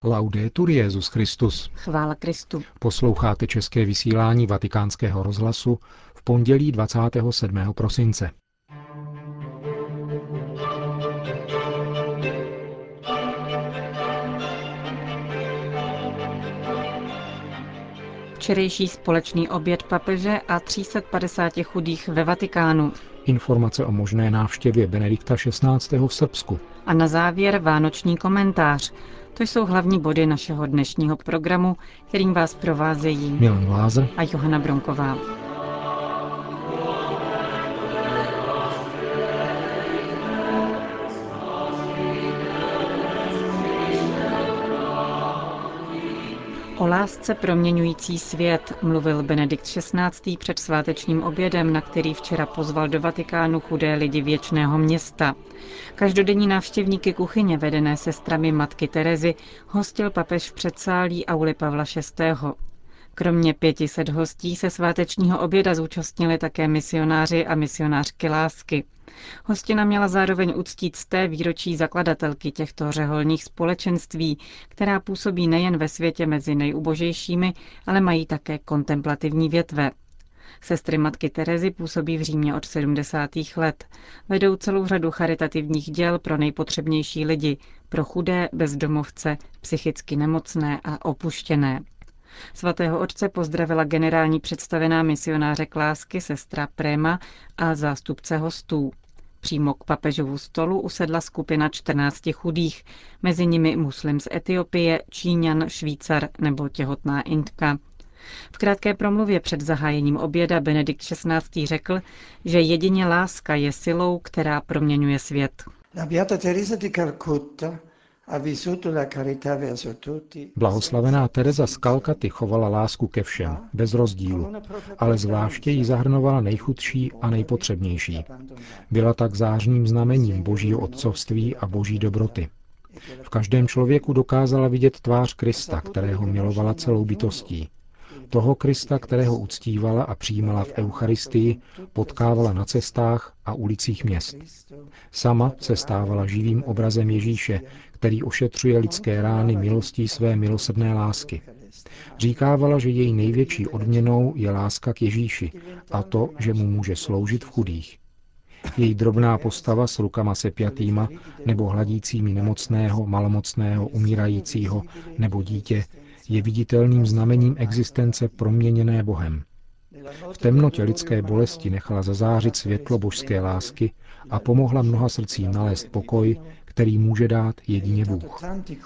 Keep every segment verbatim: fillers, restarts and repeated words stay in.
Laudetur Jesus Christus. Chvála Kristu. Posloucháte české vysílání Vatikánského rozhlasu v pondělí dvacátého sedmého prosince. Včerejší společný oběd papeže a tři sta padesát chudých ve Vatikánu. Informace o možné návštěvě Benedikta šestnáctého v Srbsku. A na závěr vánoční komentář. To jsou hlavní body našeho dnešního programu, kterým vás provázejí Milan Glázer a Johana Bronková. O lásce proměňující svět mluvil Benedikt šestnáctý před svátečním obědem, na který včera pozval do Vatikánu chudé lidi Věčného Města. Každodenní návštěvníky kuchyně vedené sestrami matky Terezy hostil papež v předsálí auly Pavla šestého. Kromě pěti set hostí se svátečního oběda zúčastnili také misionáři a misionářky lásky. Hostina měla zároveň uctít sté výročí zakladatelky těchto řeholních společenství, která působí nejen ve světě mezi nejubožejšími, ale mají také kontemplativní větve. Sestry matky Terezy působí v Římě od sedmdesátých let. Vedou celou řadu charitativních děl pro nejpotřebnější lidi, pro chudé, bezdomovce, psychicky nemocné a opuštěné. Svatého otce pozdravila generální představená misionářek lásky sestra Préma a zástupce hostů. Přímo k papežovu stolu usedla skupina čtrnácti chudých, mezi nimi muslim z Etiopie, Číňan, Švýcar nebo těhotná Indka. V krátké promluvě před zahájením oběda Benedikt šestnáctý řekl, že jedině láska je silou, která proměňuje svět. La Beata Teresa di Calcutta ha vissuto la carità verso tutti. Blahoslavená Teresa z Kalkaty chovala lásku ke všem, bez rozdílu, ale zvláště ji zahrnovala nejchudší a nejpotřebnější. Byla tak zářným znamením božího otcovství a boží dobroty. V každém člověku dokázala vidět tvář Krista, kterého milovala celou bytostí. Toho Krista, kterého uctívala a přijímala v Eucharistii, potkávala na cestách a ulicích měst. Sama se stávala živým obrazem Ježíše, který ošetřuje lidské rány milostí své milosrdné lásky. Říkávala, že její největší odměnou je láska k Ježíši a to, že mu může sloužit v chudých. Její drobná postava s rukama sepjatýma nebo hladícími nemocného, malomocného, umírajícího nebo dítě je viditelným znamením existence proměněné Bohem. V temnotě lidské bolesti nechala zazářit světlo božské lásky a pomohla mnoha srdcím nalézt pokoj, který může dát jedině Bůh.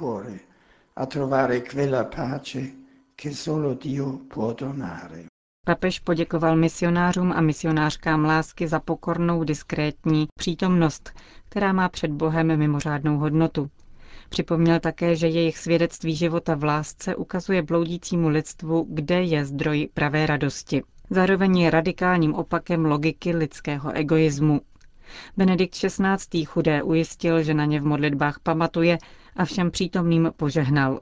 Papež poděkoval misionářům a misionářkám lásky za pokornou, diskrétní přítomnost, která má před Bohem mimořádnou hodnotu. Připomněl také, že jejich svědectví života v lásce ukazuje bloudícímu lidstvu, kde je zdroj pravé radosti. Zároveň je radikálním opakem logiky lidského egoismu. Benedikt šestnáctý chudé ujistil, že na ně v modlitbách pamatuje a všem přítomným požehnal.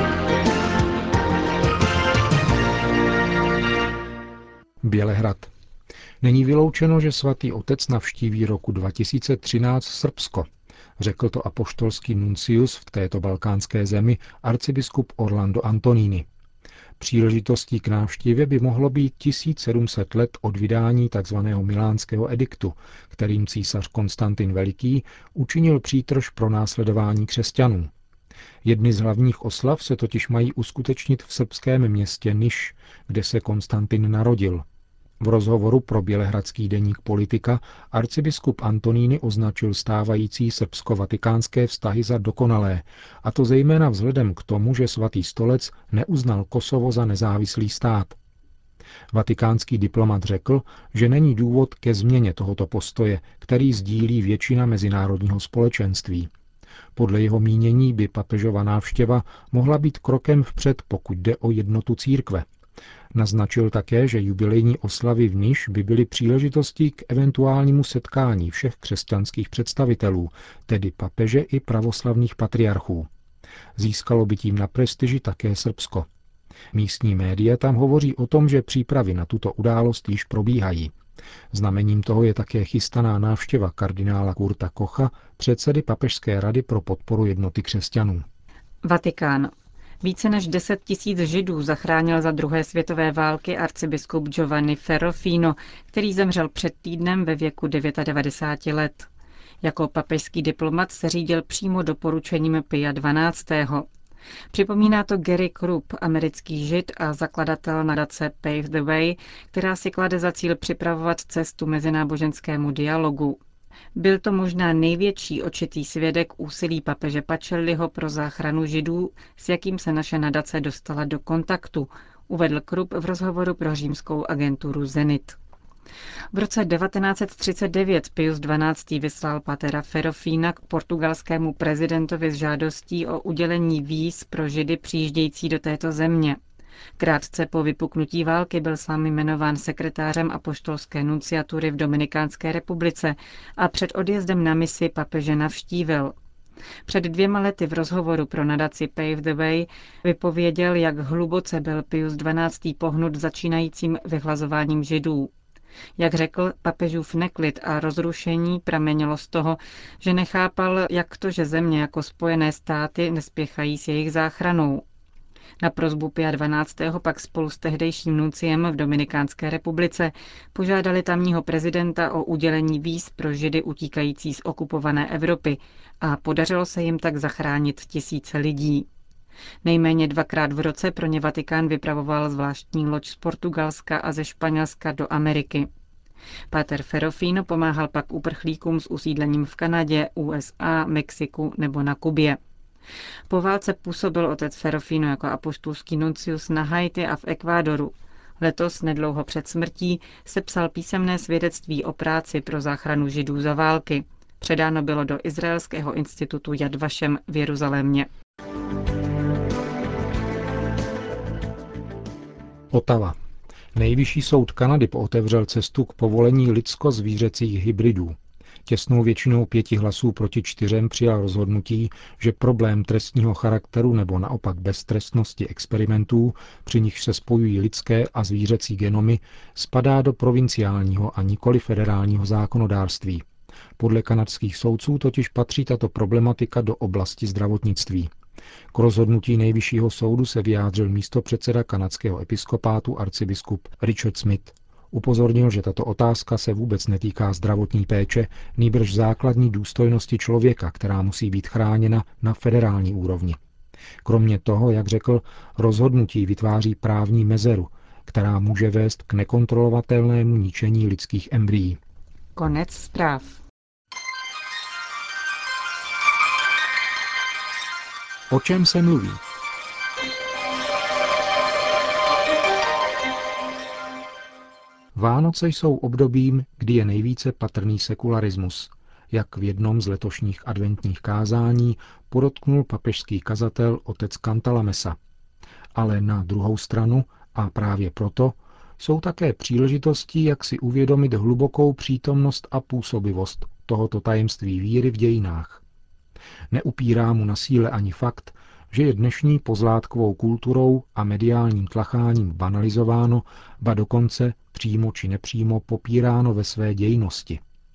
Bělehrad. Není vyloučeno, že svatý otec navštíví roku dva tisíce třináct Srbsko, řekl to apoštolský nuncius v této balkánské zemi arcibiskup Orlando Antonini. Příležitostí k návštěvě by mohlo být tisíc sedm set let od vydání tzv. Milánského ediktu, kterým císař Konstantin Veliký učinil přítrž pro následování křesťanů. Jedny z hlavních oslav se totiž mají uskutečnit v srbském městě Niš, kde se Konstantin narodil. V rozhovoru pro bělehradský deník Politika arcibiskup Antonini označil stávající srbsko-vatikánské vztahy za dokonalé, a to zejména vzhledem k tomu, že svatý stolec neuznal Kosovo za nezávislý stát. Vatikánský diplomat řekl, že není důvod ke změně tohoto postoje, který sdílí většina mezinárodního společenství. Podle jeho mínění by papežova návštěva mohla být krokem vpřed, pokud jde o jednotu církve. Naznačil také, že jubilejní oslavy v Niš by byly příležitostí k eventuálnímu setkání všech křesťanských představitelů, tedy papeže i pravoslavných patriarchů. Získalo by tím na prestiži také Srbsko. Místní média tam hovoří o tom, že přípravy na tuto událost již probíhají. Znamením toho je také chystaná návštěva kardinála Kurta Kocha, předsedy Papežské rady pro podporu jednoty křesťanů. Vatikán. Více než deset tisíc Židů zachránil za druhé světové války arcibiskup Giovanni Ferrofino, který zemřel před týdnem ve věku devadesát devět let. Jako papežský diplomat se řídil přímo doporučením Pia dvanáctého. Připomíná to Gary Krupp, americký Žid a zakladatel nadace Pave the Way, která si klade za cíl připravovat cestu mezináboženskému dialogu. Byl to možná největší očitý svědek úsilí papeže Pacelliho pro záchranu Židů, s jakým se naše nadace dostala do kontaktu, uvedl Krupp v rozhovoru pro římskou agenturu Zenit. V roce devatenáct set třicet devět Pius dvanáctý vyslal patera Ferrofina k portugalskému prezidentovi s žádostí o udělení víz pro Židy přijíždějící do této země. Krátce po vypuknutí války byl sám jmenován sekretářem apoštolské nunciatury v Dominikánské republice a před odjezdem na misi papeže navštívil. Před dvěma lety v rozhovoru pro nadaci Pave the Way vypověděl, jak hluboce byl Pius dvanáctý pohnut začínajícím vyhlazováním Židů. Jak řekl, papežův neklid a rozrušení pramenilo z toho, že nechápal, jak to, že země jako Spojené státy nespěchají s jejich záchranou. Na prosbu Pia dvanáctého pak spolu s tehdejším nunciem v Dominikánské republice požádali tamního prezidenta o udělení víz pro Židy utíkající z okupované Evropy a podařilo se jim tak zachránit tisíce lidí. Nejméně dvakrát v roce pro ně Vatikán vypravoval zvláštní loď z Portugalska a ze Španělska do Ameriky. Páter Ferrofino pomáhal pak uprchlíkům s usídlením v Kanadě, U S A, Mexiku nebo na Kubě. Po válce působil otec Ferrofino jako apoštolský nuncius na Haiti a v Ekvádoru. Letos, nedlouho před smrtí, sepsal písemné svědectví o práci pro záchranu Židů za války. Předáno bylo do Izraelského institutu Yad Vashem v Jeruzalémě. Ottawa. Nejvyšší soud Kanady pootevřel cestu k povolení lidsko-zvířecích hybridů. Těsnou většinou pěti hlasů proti čtyřem přijal rozhodnutí, že problém trestního charakteru nebo naopak beztrestnosti experimentů, při nichž se spojují lidské a zvířecí genomy, spadá do provinciálního a nikoli federálního zákonodárství. Podle kanadských soudců totiž patří tato problematika do oblasti zdravotnictví. K rozhodnutí nejvyššího soudu se vyjádřil místopředseda kanadského episkopátu arcibiskup Richard Smith. Upozornil, že tato otázka se vůbec netýká zdravotní péče, nýbrž základní důstojnosti člověka, která musí být chráněna na federální úrovni. Kromě toho, jak řekl, rozhodnutí vytváří právní mezeru, která může vést k nekontrolovatelnému ničení lidských embryí. Konec zpráv. O čem se mluví? Vánoce jsou obdobím, kdy je nejvíce patrný sekularismus, jak v jednom z letošních adventních kázání podotknul papežský kazatel otec Cantalamessa. Ale na druhou stranu, a právě proto, jsou také příležitosti, jak si uvědomit hlubokou přítomnost a působivost tohoto tajemství víry v dějinách. Neupírá mu na síle ani fakt, že je dnešní pozlátkovou kulturou a mediálním tlacháním banalizováno, ba dokonce přímo či nepřímo popíráno ve své dějnosti.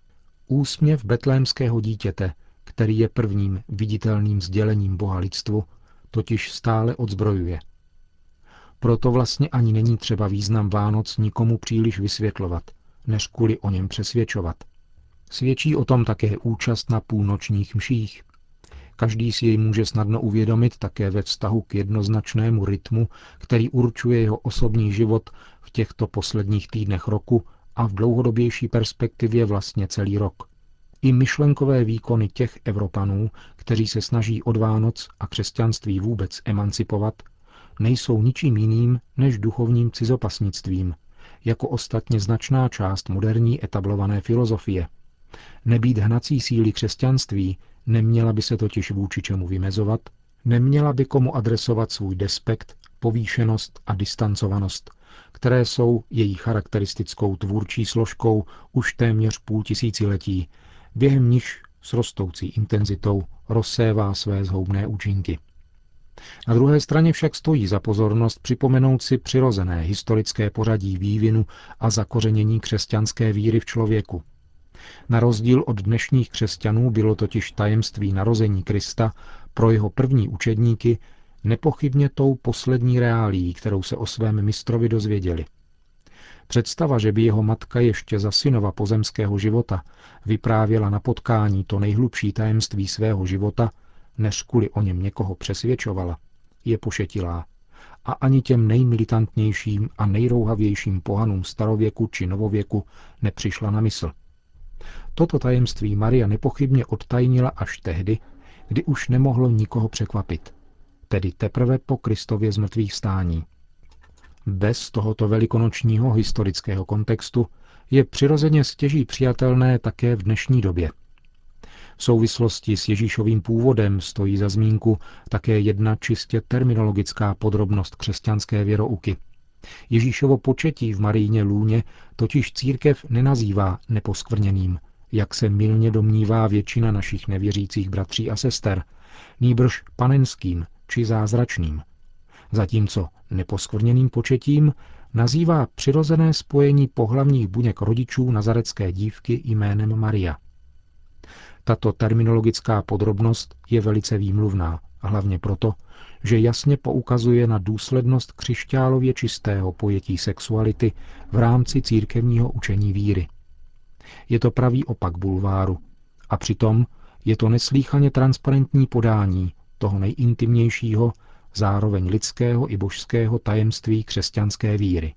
Úsměv betlémského dítěte, který je prvním viditelným sdělením Boha lidstvu, totiž stále odzbrojuje. Proto vlastně ani není třeba význam Vánoc nikomu příliš vysvětlovat, než kvůli o něm přesvědčovat. Svědčí o tom také účast na půlnočních mších. Každý si jej může snadno uvědomit také ve vztahu k jednoznačnému rytmu, který určuje jeho osobní život v těchto posledních týdnech roku a v dlouhodobější perspektivě vlastně celý rok. I myšlenkové výkony těch Evropanů, kteří se snaží od Vánoc a křesťanství vůbec emancipovat, nejsou ničím jiným než duchovním cizopasnictvím, jako ostatně značná část moderní etablované filozofie. Nebýt hnací síly křesťanství, neměla by se totiž vůči čemu vymezovat, neměla by komu adresovat svůj despekt, povýšenost a distancovanost, které jsou její charakteristickou tvůrčí složkou už téměř půl tisíciletí, během níž s rostoucí intenzitou rozsévá své zhoubné účinky. Na druhé straně však stojí za pozornost připomenout si přirozené historické pořadí vývinu a zakořenění křesťanské víry v člověku. Na rozdíl od dnešních křesťanů bylo totiž tajemství narození Krista pro jeho první učedníky nepochybně tou poslední reálií, kterou se o svém mistrovi dozvěděli. Představa, že by jeho matka ještě za synova pozemského života vyprávěla na potkání to nejhlubší tajemství svého života, než kvůli o něm někoho přesvědčovala, je pošetilá a ani těm nejmilitantnějším a nejrouhavějším pohanům starověku či novověku nepřišla na mysl. Toto tajemství Maria nepochybně odtajnila až tehdy, kdy už nemohlo nikoho překvapit, tedy teprve po Kristově zmrtvýchvstání. Bez tohoto velikonočního historického kontextu je přirozeně stěží přijatelné také v dnešní době. V souvislosti s Ježíšovým původem stojí za zmínku také jedna čistě terminologická podrobnost křesťanské věrouky. Ježíšovo početí v Marijně lůně totiž církev nenazývá neposkvrněným, jak se mylně domnívá většina našich nevěřících bratří a sester, nýbrž panenským či zázračným. Zatímco neposkvrněným početím nazývá přirozené spojení pohlavních buněk rodičů nazarecké dívky jménem Maria. Tato terminologická podrobnost je velice výmluvná, hlavně proto, že jasně poukazuje na důslednost křišťálově čistého pojetí sexuality v rámci církevního učení víry. Je to pravý opak bulváru a přitom je to neslýchaně transparentní podání toho nejintimnějšího, zároveň lidského i božského tajemství křesťanské víry.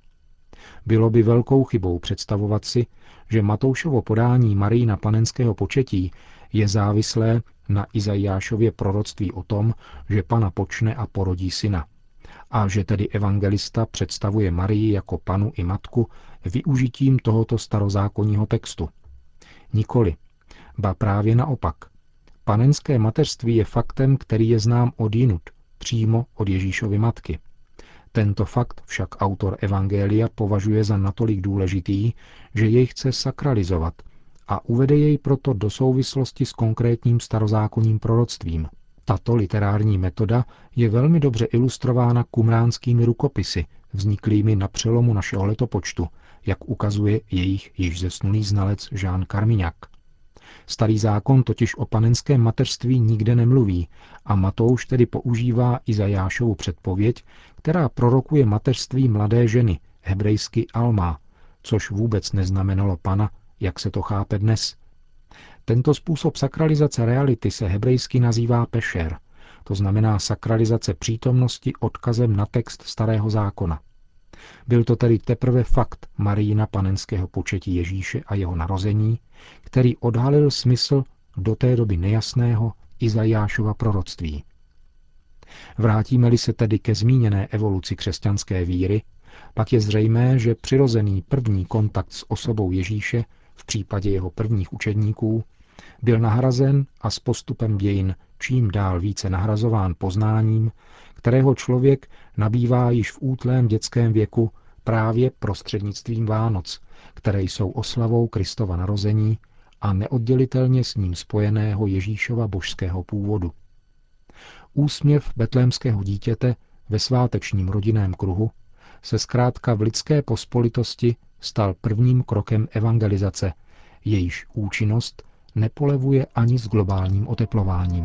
Bylo by velkou chybou představovat si, že Matoušovo podání Marijina panenského početí je závislé na Izajášově proroctví o tom, že Pana počne a porodí syna, a že tedy evangelista představuje Marii jako panu i matku využitím tohoto starozákonního textu. Nikoli, ba právě naopak. Panenské mateřství je faktem, který je znám odjinud, přímo od Ježíšovy matky. Tento fakt však autor Evangelia považuje za natolik důležitý, že jej chce sakralizovat a uvede jej proto do souvislosti s konkrétním starozákonním proroctvím. Tato literární metoda je velmi dobře ilustrována kumránskými rukopisy, vzniklými na přelomu našeho letopočtu, jak ukazuje jejich již zesnulý znalec Jean Carmignac. Starý zákon totiž o panenském mateřství nikde nemluví a Matouš tedy používá Izajášovu předpověď, která prorokuje mateřství mladé ženy, hebrejsky Alma, což vůbec neznamenalo pana, jak se to chápe dnes. Tento způsob sakralizace reality se hebrejsky nazývá pešer, to znamená sakralizace přítomnosti odkazem na text Starého zákona. Byl to tedy teprve fakt Marijina panenského početí Ježíše a jeho narození, který odhalil smysl do té doby nejasného Izajášova proroctví. Vrátíme-li se tedy ke zmíněné evoluci křesťanské víry, pak je zřejmé, že přirozený první kontakt s osobou Ježíše v případě jeho prvních učedníků byl nahrazen a s postupem dějin čím dál více nahrazován poznáním, kterého člověk nabývá již v útlém dětském věku právě prostřednictvím Vánoc, které jsou oslavou Kristova narození a neoddělitelně s ním spojeného Ježíšova božského původu. Úsměv betlémského dítěte ve svátečním rodinném kruhu se zkrátka v lidské pospolitosti stal prvním krokem evangelizace, jejíž účinnost nepolevuje ani s globálním oteplováním.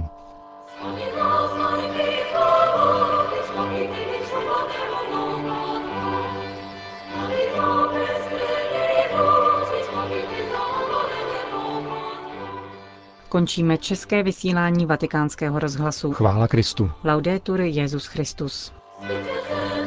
Končíme české vysílání Vatikánského rozhlasu. Chvála Kristu. Laudetur Jesus Christus.